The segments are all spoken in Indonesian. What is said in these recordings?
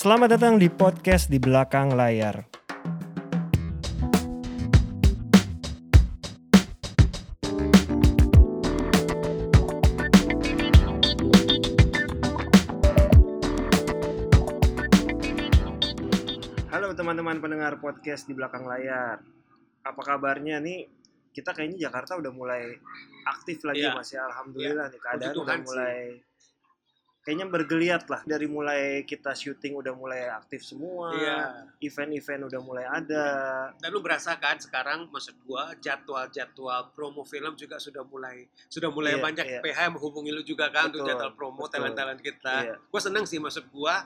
Selamat datang di podcast di belakang layar. Halo teman-teman pendengar podcast di belakang layar. Apa kabarnya nih? Kita kayaknya Jakarta udah mulai aktif lagi Iya. Mas ya. Alhamdulillah nih keadaan Puji udah Tuhan sih. mulai kayaknya bergeliat lah. Dari mulai kita syuting udah mulai aktif semua. Iya. Event-event udah mulai ada. Dan lu berasa kan sekarang maksud gua jadwal-jadwal promo film juga sudah mulai Iya, banyak iya. PH yang menghubungi lu juga kan untuk Betul, jadwal promo betul. talent-talent kita. Iya. Gua seneng sih maksud gua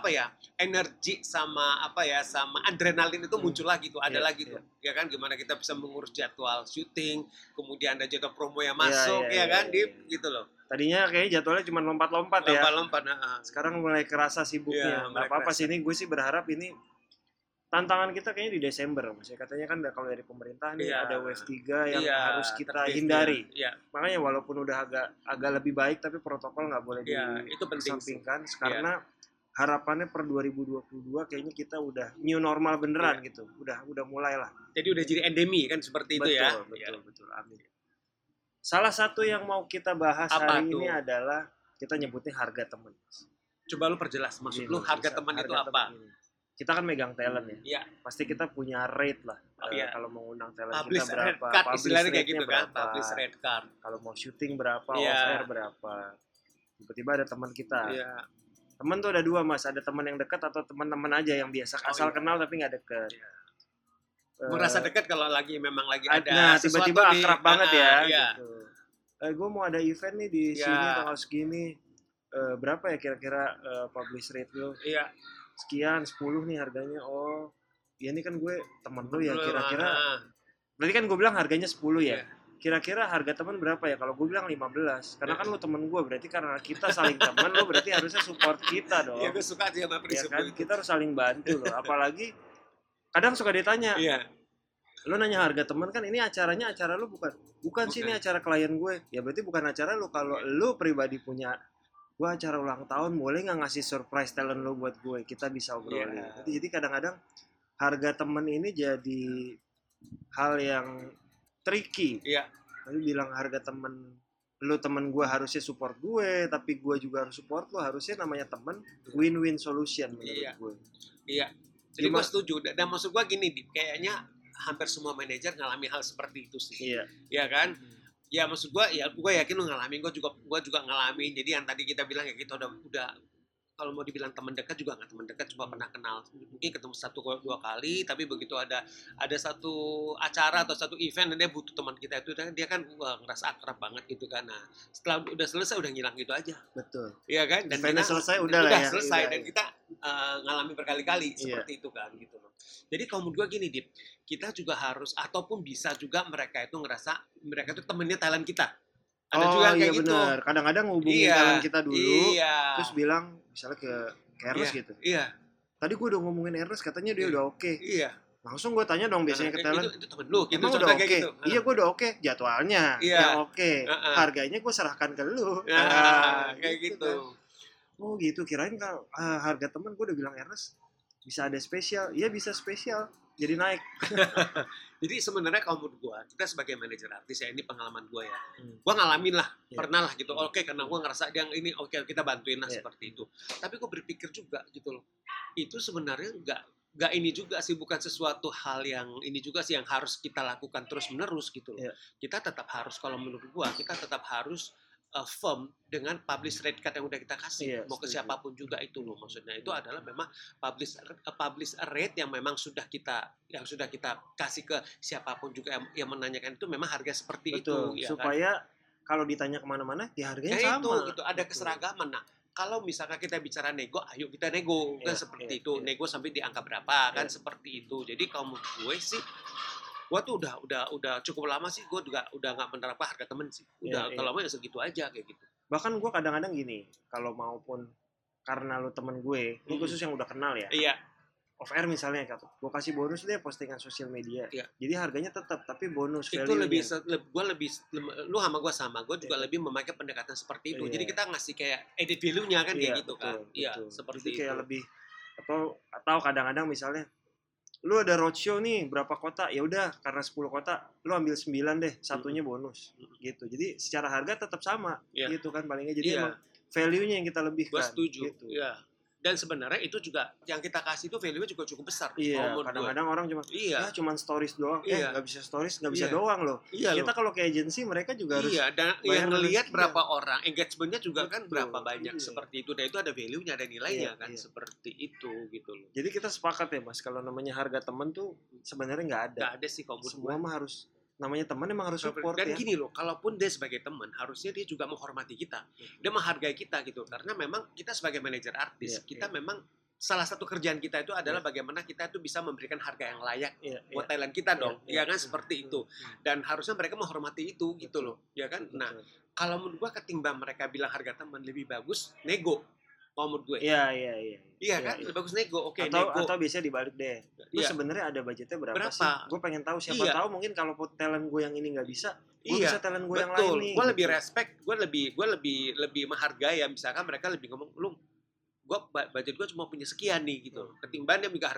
energi sama adrenalin itu muncul lagi tuh, ada Iya, lagi tuh. Ya kan gimana kita bisa mengurus jadwal syuting, kemudian ada jadwal promo yang Iya, masuk iya, ya kan iya. Dip gitu loh. Tadinya kayaknya jadwalnya cuma lompat-lompat ya. Lompat-lompat. Sekarang mulai kerasa sibuknya. Iya, Nggak mulai apa-apa kerasa. sih, ini gue sih berharap ini tantangan kita kayaknya di Desember. Maksudnya katanya kan kalau dari pemerintah nih Iya. ada wave 3 yang Iya, harus kita tertib, hindari. Iya. Makanya walaupun udah agak lebih baik tapi protokol nggak boleh Iya, itu penting sih. disampingkan. Karena harapannya per 2022 kayaknya kita udah new normal beneran gitu. Udah mulai lah. Jadi udah jadi endemi kan seperti itu ya. Betul. Amin. Salah satu yang mau kita bahas Apa hari tuh? ini adalah kita nyebutnya harga teman. Coba lu perjelas maksud lu harga teman itu apa? Teman ini. Kita kan megang talent ya. Iya. Pasti kita punya rate lah. Iya. Kalau mau undang talent Publish kita red berapa, card publish istilahnya kayak rate-nya gitu kan, berapa, publish red card. kalau mau syuting berapa, Iya. off air berapa. Tiba-tiba ada teman kita. Iya. Teman tuh ada dua Mas, ada teman yang dekat atau teman-teman aja yang biasa asal iya. kenal tapi nggak dekat. Iya. Merasa dekat kalau memang lagi ada Nah, sesuatu tiba-tiba nih. akrab banget ya. Iya. Gitu. Gue mau ada event nih di Iya. sini tanggal segini. Berapa ya kira-kira publish rate lo? Iya. Sekian 10 nih harganya. Oh, ya ini kan gue temen lo ya Lu, kira-kira. Berarti kan gue bilang harganya 10 ya. Iya. Kira-kira harga teman berapa ya? Kalau gue bilang 15. Karena kan lo temen gue, berarti karena kita saling temen, lo berarti harusnya support kita dong. Iya, gue suka sih sama Ya prinsip kan? itu. Kita harus saling bantu loh. Apalagi kadang suka ditanya, Iya. lo nanya harga teman kan ini acaranya acara lo bukan sih, ini acara klien gue. Ya berarti bukan acara lo. Kalau lo pribadi punya, gue acara ulang tahun, boleh nggak ngasih surprise talent lo buat gue, kita bisa obrolin. Iya. Jadi kadang-kadang harga temen ini jadi hal yang tricky. Iya. Tadi bilang harga temen lo, temen gue harusnya support gue, tapi gue juga harus support lo. Harusnya namanya temen win-win solution menurut Iya. gue. Iya. Jadi gue setuju. Dan maksud gue gini, Dip, kayaknya hampir semua manajer ngalami hal seperti itu sih. Iya. Iya kan? Ya maksud gue yakin lu ngalamin, gue juga ngalamin. Jadi yang tadi kita bilang ya kita udah kalau mau dibilang teman dekat juga nggak teman dekat, cuma pernah kenal mungkin ketemu 1-2 kali, tapi begitu ada satu acara atau satu event dan dia butuh teman kita itu, dia kan ngerasa akrab banget gitu kan. Nah setelah udah selesai udah ngilang gitu aja. Betul. Iya kan? Dan Eventnya kita selesai udah lah ya. selesai Iya, dan iya. kita ngalami berkali-kali Iya. seperti itu kan gitu loh. Jadi kalau menurut gue gini Dip, kita juga harus ataupun bisa juga mereka itu ngerasa mereka itu temennya talent kita. Ada juga yang kayak iya gitu. benar. Kadang-kadang hubungin Iya. talent kita dulu, Iya. terus bilang misalnya ke Ernest gitu. Iya. Tadi gue udah ngomongin Ernest, katanya dia udah oke. Iya. Langsung gue tanya dong biasanya ke talent. Itu temen lu, gitu, Emang udah contoh oke? kayak gitu. Iya gue udah oke. Jadwalnya Iya. yang oke. Heeh. Harganya gue serahkan ke lu. Kayak gitu. Kan. Oh gitu. Kirain kalau harga temen gue udah bilang Ernest bisa ada spesial. Iya bisa spesial. Jadi naik. Jadi sebenarnya kalau menurut gue, kita sebagai manajer artis ya, ini pengalaman gue ya. Hmm. Gue ngalamin lah, Iya. pernah lah gitu. Oke, karena gue ngerasa dia ini oke, kita bantuin lah Iya. seperti itu. Tapi gue berpikir juga gitu loh. Itu sebenarnya nggak ini juga sih, bukan sesuatu hal yang ini juga sih yang harus kita lakukan terus menerus gitu loh. Iya. Kita tetap harus, kalau menurut gue, kita tetap harus firm dengan publish rate card yang udah kita kasih. Iya, Mau ke setuju. siapapun juga itu loh, maksudnya itu adalah memang publish rate yang memang sudah kita kasih ke siapapun juga yang menanyakan itu memang harga seperti Betul. itu ya kan? Supaya kalau ditanya kemana-mana, ya harganya Ya sama. itu gitu, ada keseragaman. Nah, kalau misalkan kita bicara nego, ayo kita nego kan Iya, seperti iya, itu. iya. Nego sampai di angka berapa kan Iya. seperti itu. Jadi kalau menurut gue sih, gue tuh udah cukup lama sih, gue udah nggak menerapkan harga temen sih. Udah Iya, kalau mau ya segitu aja kayak gitu. Bahkan gue kadang-kadang gini, kalau maupun karena lu temen gue, ini khusus yang udah kenal ya, Iya. off air misalnya, gue kasih bonus deh postingan sosial media. Iya. Jadi harganya tetap, tapi bonus Itu value-nya. lu sama gue sama, gue juga lebih memakai pendekatan seperti itu. Iya. Jadi kita ngasih kayak edit value-nya kan kayak Iya, gitu betul, kan. Iya, betul. seperti Jadi itu. kayak lebih Atau kadang-kadang misalnya lu ada roadshow nih berapa kota, ya udah karena 10 kota lu ambil 9 deh, satunya bonus gitu. Jadi secara harga tetap sama gitu kan palingnya. Jadi emang value-nya yang kita Gue lebihkan setuju. gitu. Iya. Dan sebenarnya itu juga yang kita kasih itu value-nya juga cukup besar. Iya, kadang-kadang orang cuma cuman stories doang. Nggak bisa stories, nggak bisa doang loh. Kita kalau ke agency mereka juga harus dan yang ngelihat berapa orang, engagement-nya juga kan berapa banyak seperti itu. Dan itu ada value-nya, ada nilainya kan seperti itu gitu loh. Jadi kita sepakat ya Mas, kalau namanya harga teman tuh sebenarnya nggak ada. Nggak ada sih kalau semua mah harus namanya teman emang harus support. Dan gini loh, kalaupun dia sebagai teman harusnya dia juga menghormati kita, dia menghargai kita gitu, karena memang kita sebagai manajer artis kita memang salah satu kerjaan kita itu adalah bagaimana kita itu bisa memberikan harga yang layak buat talent kita dong, ya kan seperti itu. Dan harusnya mereka menghormati itu gitu loh, ya kan. Nah, kalau menurut gua ketimbang mereka bilang harga teman, lebih bagus nego. Kalau menurut gue. Iya kan, lebih bagus nego. Oke, nego. Atau biasanya dibalik deh. Lu sebenarnya ada budgetnya berapa sih? Gue pengen tahu, siapa tahu mungkin kalau talent gue yang ini nggak bisa, gue bisa talent gue yang lain nih. Gue lebih respect, gue lebih menghargai ya. Misalkan mereka lebih ngomong, lu budget gue cuma punya sekian nih gitu. Ketimbang dia minta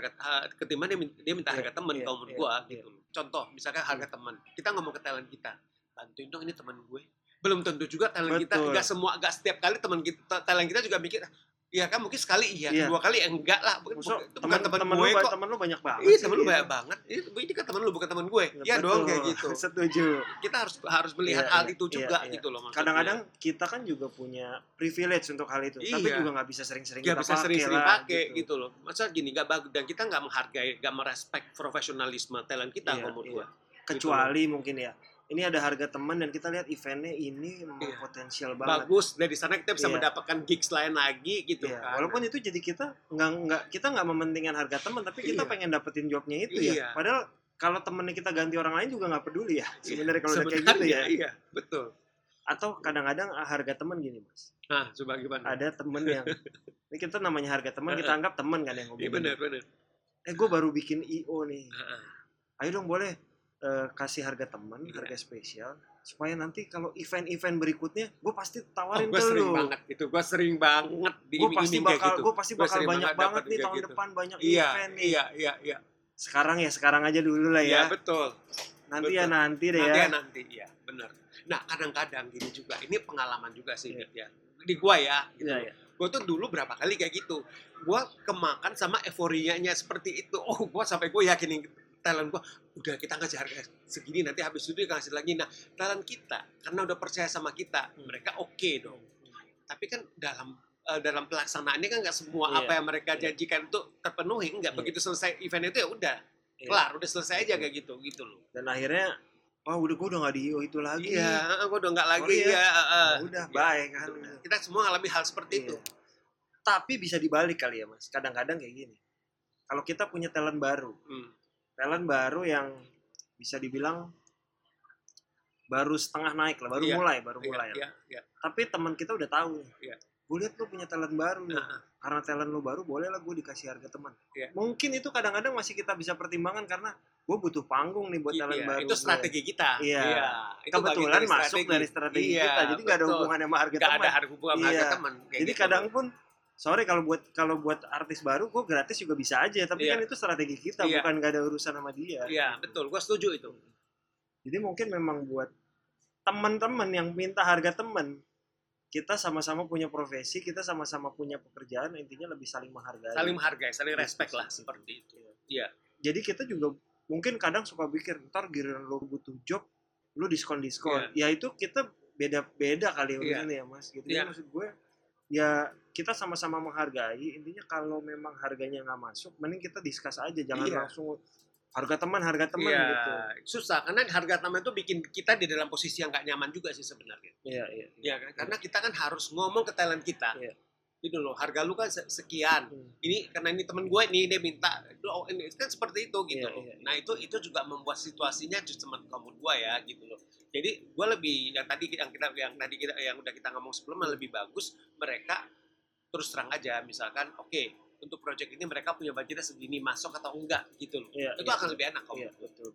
harga teman kalau menurut gue gitu. Contoh, misalkan harga teman. Kita ngomong ke talent kita, bantuin dong ini teman gue. Belum tentu juga talent kita, enggak setiap kali talent kita juga mikir, iya kan mungkin sekali dua kali enggak lah. Itu bukan teman gue kok. Temen lu banyak banget. Iya, temen lu banyak banget. Ini kan temen lu bukan temen gue. Iya dong kayak gitu. Setuju. Kita harus melihat hal itu juga gitu loh maksudnya. Kadang-kadang kita kan juga punya privilege untuk hal itu, tapi juga nggak bisa sering-sering kita pakai. Nggak bisa sering-sering pakai gitu loh. Masa gini nggak bagus dan kita nggak menghargai, nggak merespek profesionalisme talent kita menurut gue. Kecuali mungkin ya. Ini ada harga teman dan kita lihat eventnya ini memang potensial banget. Bagus, dari sana kita bisa mendapatkan gigs lain lagi gitu kan. Walaupun itu jadi kita nggak mementingkan harga teman, tapi kita pengen dapetin jobnya itu ya. Padahal kalau temennya kita ganti orang lain juga nggak peduli ya. Sebenarnya kalau udah kayak gitu ya. Iya, betul. Atau kadang-kadang harga teman gini Mas. Nah, coba gimana? Ada temen yang ini kita namanya harga teman, kita anggap teman kan yang ngomongin. Iya benar. Gue baru bikin IO nih. Ayo dong boleh. Kasih harga teman, harga spesial supaya nanti kalau event-event berikutnya gue pasti tawarin ke lu. Gue sering banget gue pasti bakal banyak banget nih tahun depan banyak event nih. Iya. Sekarang aja dulu lah ya. Iya, betul. Nanti deh ya. Nanti ya, benar. Nah, kadang-kadang gini juga. Ini pengalaman juga sih ya. Di gua ya gitu. Gue tuh dulu berapa kali kayak gitu. Gue kemakan sama euforianya seperti itu. Gue sampai gue yakinin talent gue, udah kita ngasih harga segini, nanti habis itu dia ngasih lagi. Nah, talent kita karena udah percaya sama kita, mereka oke dong. Tapi kan dalam pelaksanaannya kan nggak semua apa yang mereka janjikan itu terpenuhi. Enggak, begitu selesai event itu ya udah kelar, udah selesai aja kayak gitu loh. Dan akhirnya gue udah nggak di itu lagi. Iya, gue udah nggak lagi udah bye kan. Kita semua ngalami hal seperti itu. Tapi bisa dibalik kali ya Mas. Kadang-kadang kayak gini. Kalau kita punya talent baru yang bisa dibilang baru setengah naik lah, baru mulai. Tapi teman kita udah tahu nih. Gue lihat lu punya talent baru nih. Karena talent lu baru, boleh lah gue dikasih harga teman. Mungkin itu kadang-kadang masih kita bisa pertimbankan karena gue butuh panggung nih buat talent baru. Itu strategi kita. Kebetulan masuk dari strategi kita, jadi nggak ada hubungan sama harga teman. Nggak ada hubungan sama harga teman. Jadi kadang pun sorry kalau buat artis baru gue gratis juga bisa aja, tapi kan itu strategi kita, bukan gak ada urusan sama dia. Iya, betul, gue setuju itu. Jadi mungkin memang buat teman-teman yang minta harga teman, kita sama-sama punya profesi, kita sama-sama punya pekerjaan, intinya lebih saling menghargai. Saling respect lah seperti itu. Iya. Jadi kita juga mungkin kadang suka pikir, ntar giliran lo butuh job, lo diskon. Ya itu kita beda-beda kali urusannya ya Mas. Gitu maksud gue. Ya kita sama-sama menghargai, intinya kalau memang harganya nggak masuk, mending kita discuss aja, jangan langsung harga teman gitu. Susah karena harga teman itu bikin kita di dalam posisi yang nggak nyaman juga sih sebenarnya. Iya kan, karena kita kan harus ngomong ke talent kita. Gitu loh, harga lu kan sekian. Ini karena ini temen gue nih, dia minta ini kan seperti itu gitu loh. Nah itu juga membuat situasinya justru kamu gue ya gitu loh. Jadi gue lebih yang udah kita ngomong sebelumnya, lebih bagus mereka terus terang aja, misalkan untuk project ini mereka punya budgetnya segini, masuk atau enggak gitu loh. Itu akan lebih enak betul.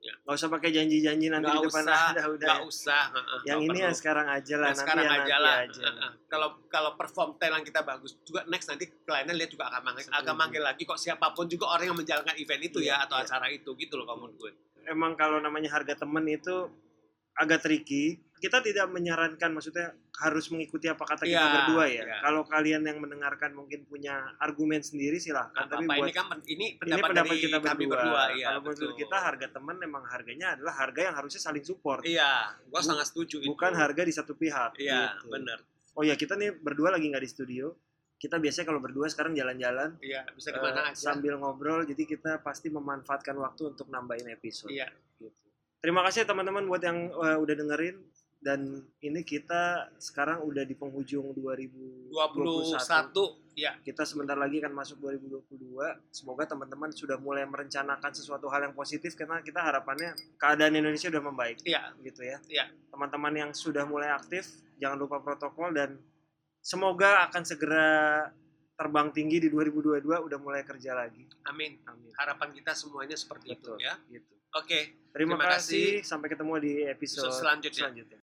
Ya. Nggak usah pakai janji-janji nanti Nggak di depan usah, udah. nggak usah. Yang nggak ini perlu. ya sekarang aja lah, Nah, nanti sekarang ya aja nanti lah. aja. Kalau perform talent kita bagus juga next nanti kliennya lihat juga akan manggil lagi kok, siapapun juga orang yang menjalankan event itu Iya, ya atau iya. acara itu gitu loh kalau menurut gue. Emang kalau namanya harga temen itu agak tricky. Kita tidak menyarankan, maksudnya harus mengikuti apa kata kita Iya, berdua ya. iya. Kalau kalian yang mendengarkan mungkin punya argumen sendiri silahkan. Tapi Apa buat ini kan ini ini pendapat pendapat dari kita kami berdua. berdua. Iya, Kalau menurut betul. kita harga teman memang harganya adalah harga yang harusnya saling support. Iya, gua sangat setuju itu. Bukan harga di satu pihak. Iya, gitu. benar. Oh ya, kita nih berdua lagi nggak di studio. Kita biasanya kalau berdua sekarang jalan-jalan Iya, bisa di mana aja. sambil ngobrol. Jadi kita pasti memanfaatkan waktu untuk nambahin episode. Iya. Gitu. Terima kasih teman-teman buat yang udah dengerin. Dan ini kita sekarang udah di penghujung 2021. Ya. Kita sebentar lagi akan masuk 2022. Semoga teman-teman sudah mulai merencanakan sesuatu hal yang positif, karena kita harapannya keadaan Indonesia udah membaik. Iya. Gitu ya. Iya. Teman-teman yang sudah mulai aktif, jangan lupa protokol, dan semoga akan segera terbang tinggi di 2022, udah mulai kerja lagi. Amin. Amin. Harapan kita semuanya seperti Betul, itu ya. gitu. Oke. Terima kasih. Sampai ketemu di episode Selanjutnya.